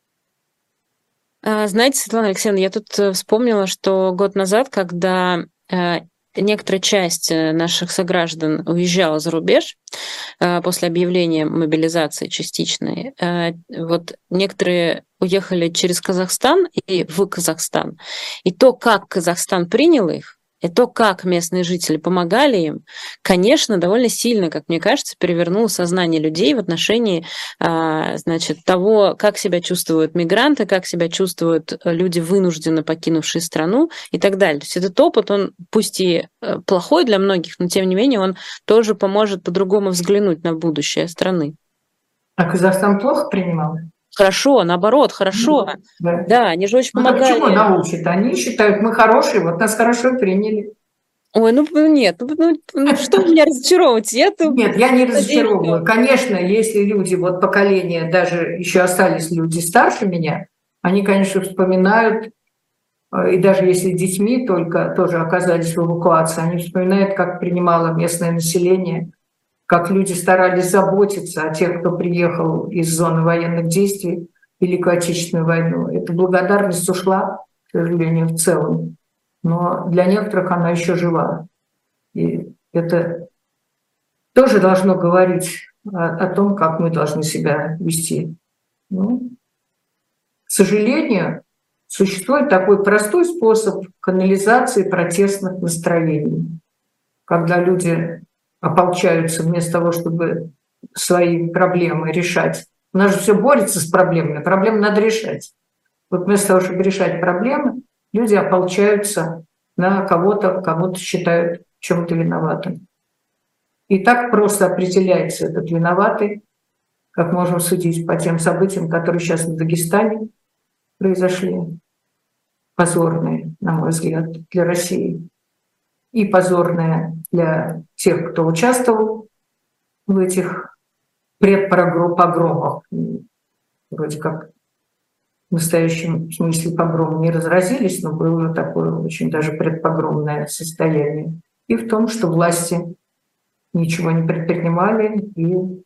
[SPEAKER 2] Знаете, Светлана Алексеевна, я тут вспомнила, что год назад, когда некоторая часть наших сограждан уезжала за рубеж после объявления мобилизации частичной, вот некоторые уехали через Казахстан и в Казахстан. И то, как Казахстан принял их, и то, как местные жители помогали им, конечно, довольно сильно, как мне кажется, перевернуло сознание людей в отношении, значит, того, как себя чувствуют мигранты, как себя чувствуют люди, вынужденно покинувшие страну и так далее. То есть этот опыт, он пусть и плохой для многих, но тем не менее он тоже поможет по-другому взглянуть на будущее страны.
[SPEAKER 3] А Казахстан плохо принимал?
[SPEAKER 2] Хорошо, наоборот, хорошо. Да, да, они же очень
[SPEAKER 3] ну,
[SPEAKER 2] помогали.
[SPEAKER 3] Почему научат? Они считают, мы хорошие, вот нас хорошо приняли.
[SPEAKER 2] Ой, ну нет, ну, ну что вы меня разочаровываете? Я-то...
[SPEAKER 3] Нет, я не разочаровываю. Конечно, если люди, вот поколение, даже еще остались люди старше меня, они, конечно, вспоминают, и даже если детьми только тоже оказались в эвакуации, они вспоминают, как принимало местное население, как люди старались заботиться о тех, кто приехал из зоны военных действий в Великую Отечественную войну. Эта благодарность ушла, к сожалению, в целом, но для некоторых она еще жива. И это тоже должно говорить о, о том, как мы должны себя вести. Ну, к сожалению, существует такой простой способ канализации протестных настроений, когда люди ополчаются вместо того, чтобы свои проблемы решать. У нас же все борется с проблемами, проблемы надо решать. Вот вместо того, чтобы решать проблемы, люди ополчаются на кого-то, кого-то считают в чем-то виноватым. И так просто определяется этот виноватый, как можем судить по тем событиям, которые сейчас в Дагестане произошли, позорные, на мой взгляд, для России. И позорное для тех, кто участвовал в этих предпогромах. Вроде как в настоящем смысле погромы не разразились, но было такое очень даже предпогромное состояние. И в том, что власти ничего не предпринимали и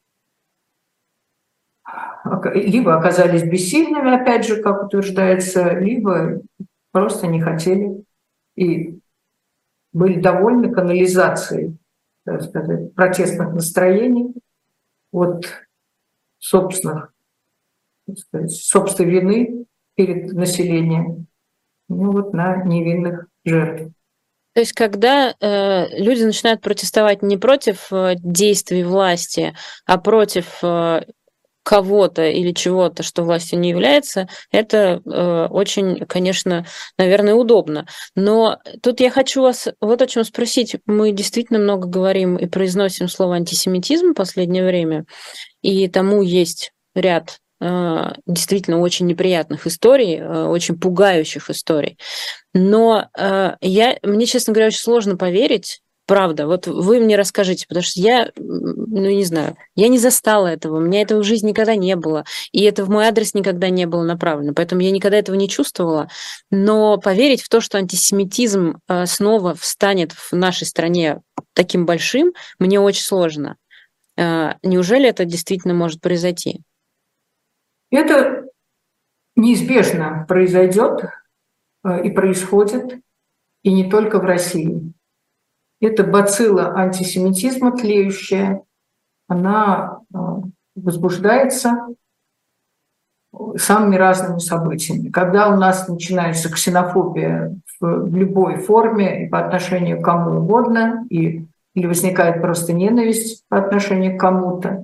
[SPEAKER 3] либо оказались бессильными, опять же, как утверждается, либо просто не хотели и были довольны канализацией, так сказать, протестных настроений от собственных, так сказать, собственной вины перед населением, ну вот на невинных жертв.
[SPEAKER 2] То есть, когда э, люди начинают протестовать не против э, действий власти, а против э, кого-то или чего-то, что властью не является, это э, очень, конечно, наверное, удобно. Но тут я хочу вас вот о чем спросить. Мы действительно много говорим и произносим слово антисемитизм в последнее время, и тому есть ряд э, действительно очень неприятных историй, э, очень пугающих историй. Но э, я, мне, честно говоря, очень сложно поверить, правда, вот вы мне расскажите, потому что я, ну, не знаю, я не застала этого, у меня этого в жизни никогда не было, и это в мой адрес никогда не было направлено, поэтому я никогда этого не чувствовала. Но поверить в то, что антисемитизм э, снова встанет в нашей стране таким большим, мне очень сложно. Э, неужели это действительно может произойти?
[SPEAKER 3] Это неизбежно произойдет и происходит, и не только в России. Это бацилла антисемитизма тлеющая, она возбуждается самыми разными событиями. Когда у нас начинается ксенофобия в любой форме и по отношению к кому угодно, и, или возникает просто ненависть по отношению к кому-то,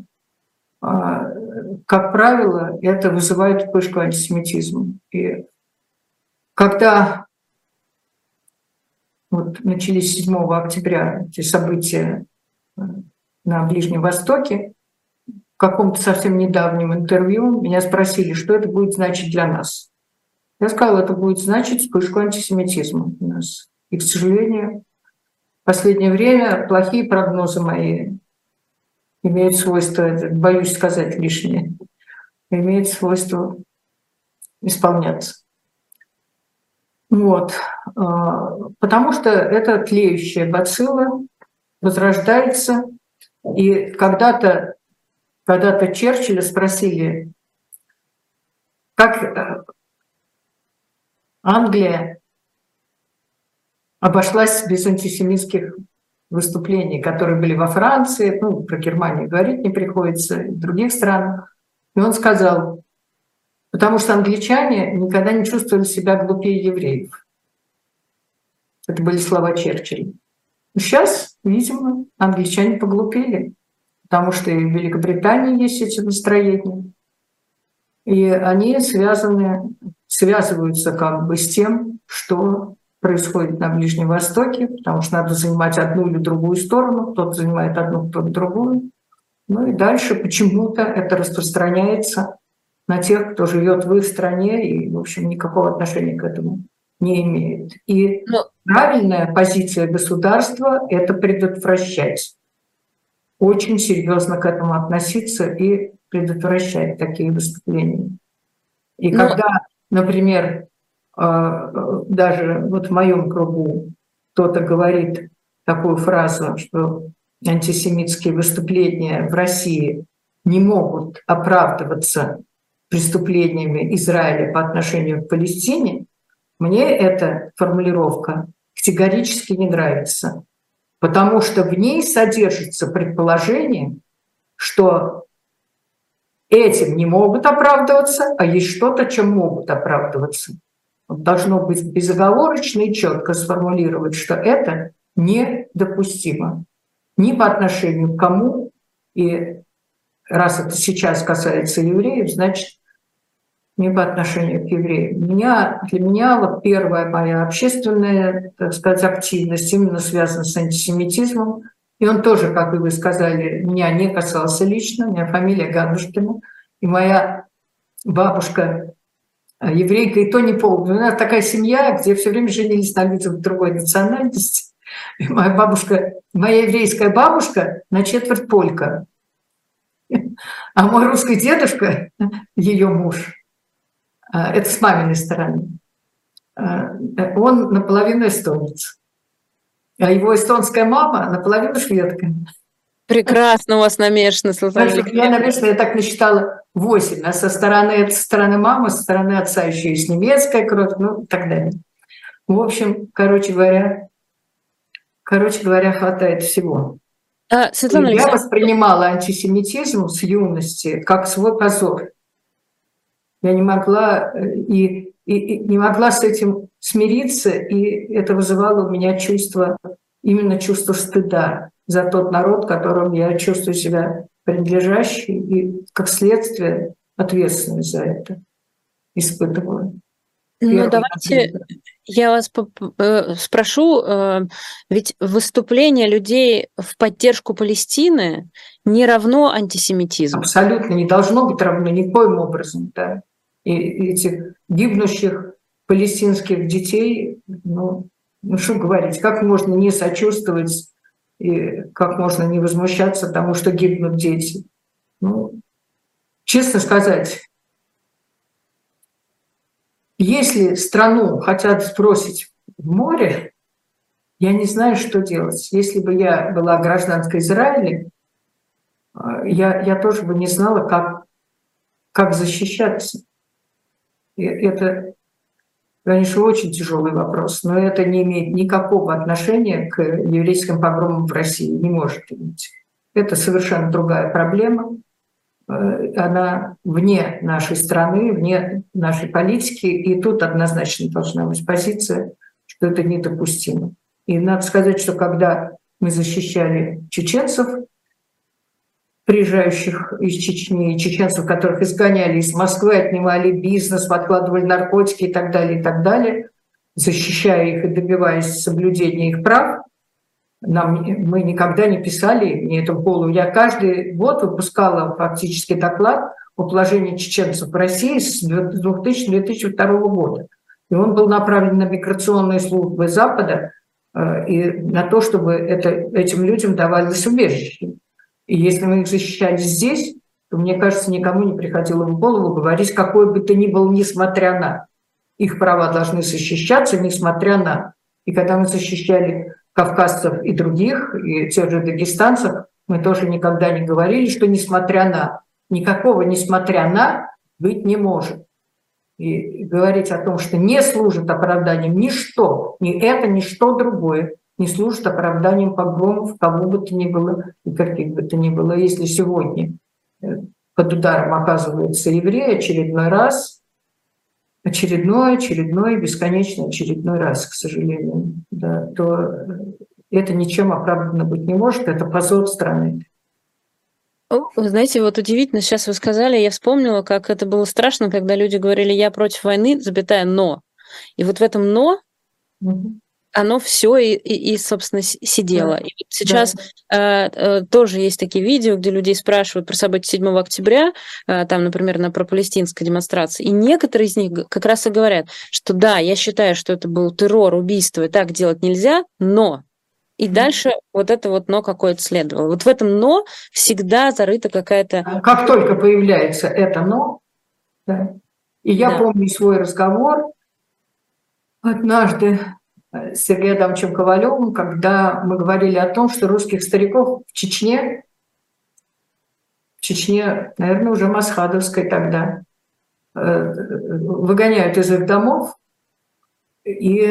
[SPEAKER 3] как правило, это вызывает вспышку антисемитизма. И когда вот начались седьмого октября эти события на Ближнем Востоке, в каком-то совсем недавнем интервью меня спросили, что это будет значить для нас. Я сказала, это будет значить вспышку антисемитизма у нас. И, к сожалению, в последнее время плохие прогнозы мои имеют свойство, боюсь сказать лишнее, имеют свойство исполняться. Вот. Потому что эта тлеющая бацилла возрождается. И когда-то, когда-то Черчилля спросили, как Англия обошлась без антисемитских выступлений, которые были во Франции, ну, про Германию говорить не приходится, и в других странах. И он сказал, потому что англичане никогда не чувствовали себя глупее евреев. Это были слова Черчилля. Сейчас, видимо, англичане поглупели, потому что и в Великобритании есть эти настроения. И они связаны, связываются как бы с тем, что происходит на Ближнем Востоке, потому что надо занимать одну или другую сторону, кто-то занимает одну, кто-то другую. Ну и дальше почему-то это распространяется на тех, кто живет в их стране и, в общем, никакого отношения к этому не имеет. И Но... правильная позиция государства – это предотвращать. Очень серьезно к этому относиться и предотвращать такие выступления. И Но... когда, например, даже вот в моем кругу кто-то говорит такую фразу, что антисемитские выступления в России не могут оправдываться преступлениями Израиля по отношению к Палестине, мне эта формулировка категорически не нравится, потому что в ней содержится предположение, что этим не могут оправдываться, а есть что-то, чем могут оправдываться. Должно быть безоговорочно и четко сформулировать, что это недопустимо ни по отношению к кому, и раз это сейчас касается евреев, значит, не по отношению к евреям. Меня, для меня вот первая моя общественная, так сказать, активность именно связана с антисемитизмом, и он тоже, как и вы сказали, меня не касался лично, у меня фамилия Ганушкина, и моя бабушка еврейка, и то не полная. У нас такая семья, где все время женились на людях другой национальности. И моя бабушка, моя еврейская бабушка на четверть полька. А мой русский дедушка, ее муж, это с маминой стороны, он наполовину эстонец. А его эстонская мама наполовину шведка.
[SPEAKER 2] Прекрасно у вас намешано, Светлана
[SPEAKER 3] Так что я, наверное, я так насчитала восемь. А со стороны, со стороны мамы, со стороны отца еще есть немецкая кровь, ну и так далее. В общем, короче говоря, короче говоря, хватает всего.
[SPEAKER 2] А, Светлана
[SPEAKER 3] я воспринимала антисемитизм с юности как свой позор. Я не могла и, и, и не могла с этим смириться, и это вызывало у меня чувство, именно чувство стыда за тот народ, которым я чувствую себя принадлежащей, и как следствие ответственной за это испытываю.
[SPEAKER 2] Ну, давайте я вас спрошу, ведь выступление людей в поддержку Палестины не равно антисемитизму.
[SPEAKER 3] Абсолютно не должно быть равно никоим образом. Да. И этих гибнущих палестинских детей, ну, ну что говорить, как можно не сочувствовать и как можно не возмущаться тому, что гибнут дети. Ну, честно сказать, если страну хотят сбросить в море, я не знаю, что делать. Если бы я была гражданкой Израиля, я, я тоже бы не знала, как, как защищаться. И это, конечно, очень тяжелый вопрос, но это не имеет никакого отношения к еврейским погромам в России, не может иметь. Это совершенно другая проблема. Она вне нашей страны, вне нашей политики, и тут однозначно должна быть позиция, что это недопустимо. И надо сказать, что когда мы защищали чеченцев, приезжающих из Чечни, чеченцев, которых изгоняли из Москвы, отнимали бизнес, подкладывали наркотики и так далее, и так далее, защищая их и добиваясь соблюдения их прав, Нам, мы никогда не писали мне это в голову. Я каждый год выпускала фактически доклад о положении чеченцев в России с двухтысячного — две тысячи второго года. И он был направлен на миграционные службы Запада э, и на то, чтобы это, этим людям давалось убежище. И если мы их защищали здесь, то, мне кажется, никому не приходило в голову говорить, какой бы то ни был, несмотря на. Их права должны защищаться, несмотря на. И когда мы защищали кавказцев и других, и тех же дагестанцев, мы тоже никогда не говорили, что несмотря на, никакого несмотря на быть не может. И говорить о том, что не служит оправданием ничто, ни это, ни что другое, не служит оправданием погромов кому бы то ни было и каких бы то ни было. Если сегодня под ударом оказывается еврей очередной раз, очередной, очередной, бесконечно очередной раз, к сожалению, да, то это ничем оправдано быть не может, это позор страны.
[SPEAKER 2] Вы знаете, вот удивительно, сейчас вы сказали, я вспомнила, как это было страшно, когда люди говорили, я против войны, запятая, но. И вот в этом но угу. оно все и, и, и, собственно, сидело. Да. И вот сейчас да. э, э, тоже есть такие видео, где людей спрашивают про события седьмого октября, э, там, например, на пропалестинской демонстрации, и некоторые из них как раз и говорят, что да, я считаю, что это был террор, убийство, и так делать нельзя, но... И mm-hmm. дальше вот это вот «но» какое-то следовало. Вот в этом «но» всегда зарыта какая-то...
[SPEAKER 3] Как только появляется это «но», да. И я да. помню свой разговор однажды с Сергеем Адамовичем Ковалевым, когда мы говорили о том, что русских стариков в Чечне, в Чечне, наверное, уже Масхадовской тогда, выгоняют из их домов, и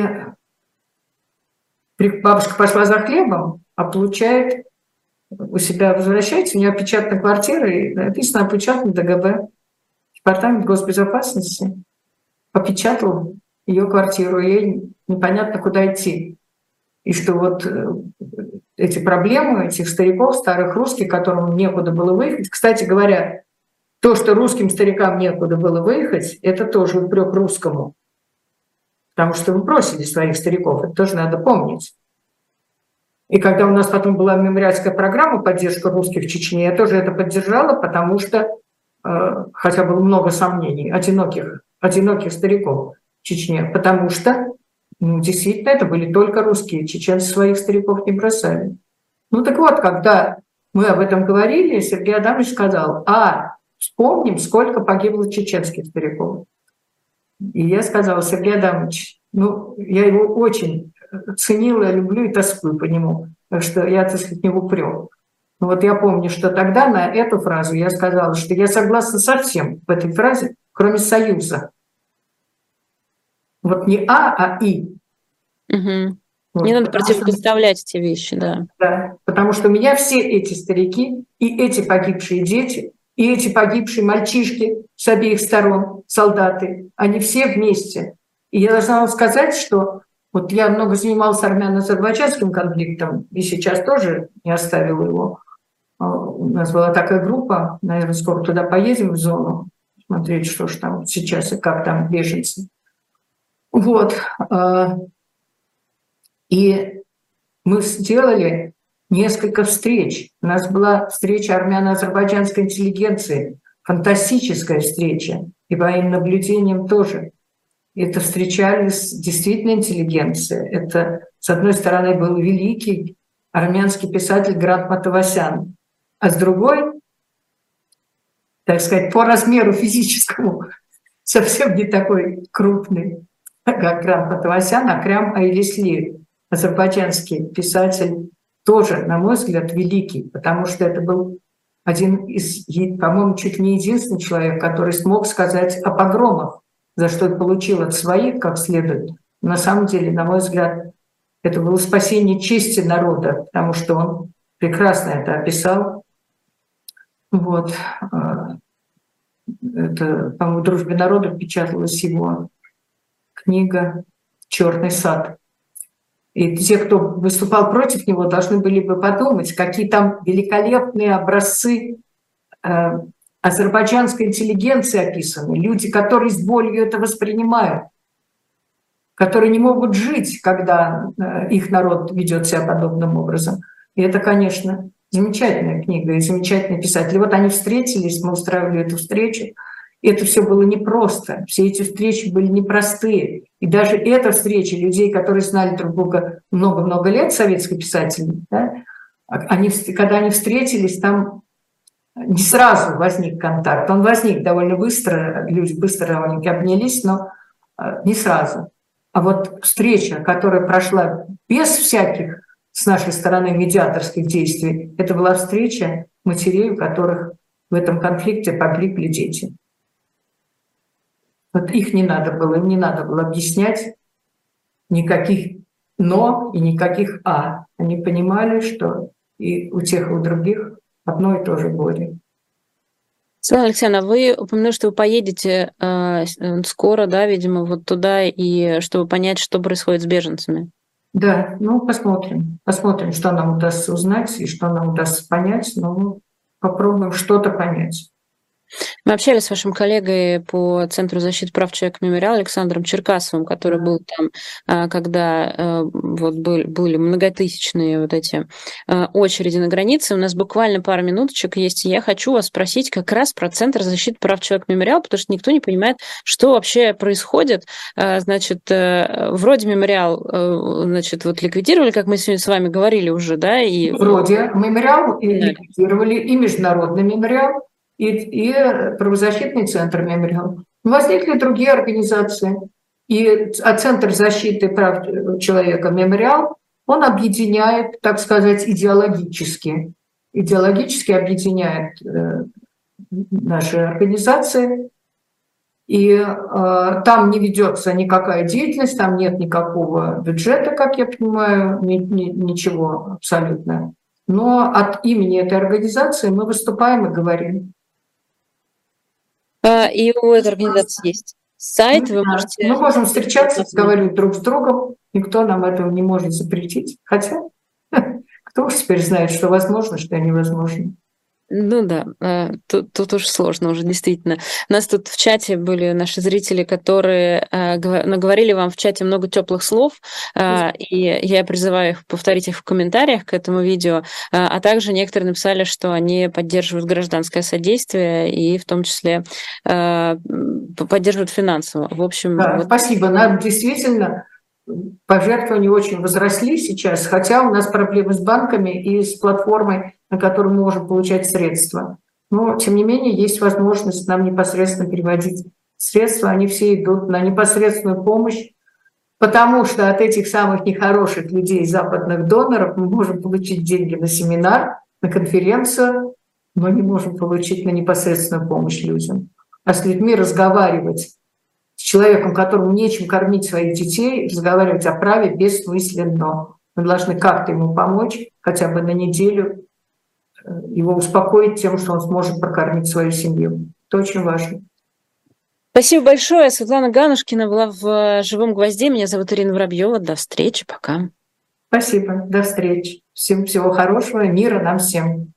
[SPEAKER 3] бабушка пошла за хлебом, а получает у себя, возвращается, у нее опечатана квартира, и написано «опечатан ДГБ». Департамент госбезопасности опечатал ее квартиру, ей непонятно, куда идти. И что вот эти проблемы этих стариков, старых русских, которым некуда было выехать. Кстати говоря, то, что русским старикам некуда было выехать, это тоже упрек русскому. Потому что вы бросили своих стариков, это тоже надо помнить. И когда у нас потом была мемориальская программа поддержки русских в Чечне, я тоже это поддержала, потому что, э, хотя было много сомнений, одиноких, одиноких стариков в Чечне, потому что, ну, действительно, это были только русские, чеченцы своих стариков не бросали. Ну так вот, когда мы об этом говорили, Сергей Адамович сказал: а вспомним, сколько погибло чеченских стариков. И я сказала: Сергей Адамович, ну, я его очень ценила, люблю и тоскую по нему, так что я, так сказать, не в упрек. Но вот я помню, что тогда на эту фразу я сказала, что я согласна со всем в этой фразе, кроме союза. Вот не «а», а «и».
[SPEAKER 2] Угу.
[SPEAKER 3] Вот,
[SPEAKER 2] не надо
[SPEAKER 3] потому
[SPEAKER 2] противопоставлять
[SPEAKER 3] что,
[SPEAKER 2] эти вещи, да.
[SPEAKER 3] Да, потому что у меня все эти старики и эти погибшие дети, и эти погибшие мальчишки с обеих сторон, солдаты, они все вместе. И я должна вам сказать, что вот я много занималась армяно-азербайджанским конфликтом, и сейчас тоже не оставила его. У нас была такая группа, наверное, скоро туда поедем, в зону, смотреть, что же там сейчас и как там беженцы. Вот. И мы сделали несколько встреч. У нас была встреча армяно-азербайджанской интеллигенции, фантастическая встреча, и по моим наблюдениям тоже. Это встречались действительно интеллигенция. Это, с одной стороны, был великий армянский писатель Грант Матавасян, а с другой, так сказать, по размеру физическому совсем не такой крупный, как Грант Матавасян, а Крям Айлислиев, азербайджанский писатель, тоже, на мой взгляд, великий, потому что это был один из, по-моему, чуть не единственный человек, который смог сказать о погромах, за что он получил от своих, как следует. На самом деле, на мой взгляд, это было спасение чести народа, потому что он прекрасно это описал. Вот. Это, по-моему, в «Дружбе народов» печаталась его книга «Черный сад». И те, кто выступал против него, должны были бы подумать, какие там великолепные образцы э, азербайджанской интеллигенции описаны, люди, которые с болью это воспринимают, которые не могут жить, когда э, их народ ведет себя подобным образом. И это, конечно, замечательная книга и замечательный писатель. И вот они встретились, мы устраивали эту встречу. И это все было непросто. Все эти встречи были непростые. И даже эта встреча людей, которые знали друг друга много-много лет, советские писатели, да, они, когда они встретились, там не сразу возник контакт. Он возник довольно быстро, люди быстро довольно обнялись, но не сразу. А вот встреча, которая прошла без всяких с нашей стороны медиаторских действий, это была встреча матерей, у которых в этом конфликте погибли дети. Вот их не надо было, им не надо было объяснять никаких «но» и никаких «а». Они понимали, что и у тех, и у других одно и то же горе.
[SPEAKER 2] Светлана Алексеевна, вы упомянули, что вы поедете э, скоро, да, видимо, вот туда, и чтобы понять, что происходит с беженцами.
[SPEAKER 3] Да, ну посмотрим. Посмотрим, что нам удастся узнать и что нам удастся понять. Но попробуем что-то понять.
[SPEAKER 2] Мы общались с вашим коллегой по Центру защиты прав человека «Мемориал» Александром Черкасовым, который был там, когда вот были многотысячные вот эти очереди на границе. У нас буквально пару минуточек есть, и я хочу вас спросить как раз про Центр защиты прав человека «Мемориал», потому что никто не понимает, что вообще происходит. Значит, вроде «Мемориал», значит, вот ликвидировали, как мы сегодня с вами говорили уже, да? И...
[SPEAKER 3] Вроде «Мемориал» и ликвидировали, и «Международный мемориал», И, и правозащитный центр «Мемориал». Возникли другие организации. И, а Центр защиты прав человека «Мемориал», он объединяет, так сказать, идеологически. Идеологически объединяет э, наши организации. И э, там не ведется никакая деятельность, там нет никакого бюджета, как я понимаю, ни, ни, ничего абсолютно. Но от имени этой организации мы выступаем и говорим.
[SPEAKER 2] И у этой организации есть сайт, вы можете...
[SPEAKER 3] Мы можем встречаться, разговаривать друг с другом, никто нам этого не может запретить. Хотя, кто уж теперь знает, что возможно, что невозможно.
[SPEAKER 2] Ну да, тут, тут уж сложно уже, действительно. У нас тут в чате были наши зрители, которые наговорили вам в чате много теплых слов, и я призываю их повторить их в комментариях к этому видео, а также некоторые написали, что они поддерживают гражданское содействие и в том числе поддерживают финансово. В общем,
[SPEAKER 3] да,
[SPEAKER 2] вот...
[SPEAKER 3] Спасибо. Нам действительно пожертвования очень возросли сейчас, хотя у нас проблемы с банками и с платформой, на которой мы можем получать средства. Но, тем не менее, есть возможность нам непосредственно переводить средства. Они все идут на непосредственную помощь, потому что от этих самых нехороших людей, западных доноров, мы можем получить деньги на семинар, на конференцию, но не можем получить на непосредственную помощь людям. А с людьми разговаривать, с человеком, которому нечем кормить своих детей, разговаривать о праве бессмысленно. Мы должны как-то ему помочь, хотя бы на неделю, его успокоить тем, что он сможет прокормить свою семью. Это очень важно.
[SPEAKER 2] Спасибо большое. Светлана Ганушкина была в «Живом гвозде». Меня зовут Ирина Воробьева. До встречи. Пока.
[SPEAKER 3] Спасибо. До встречи. Всем всего хорошего. Мира нам всем.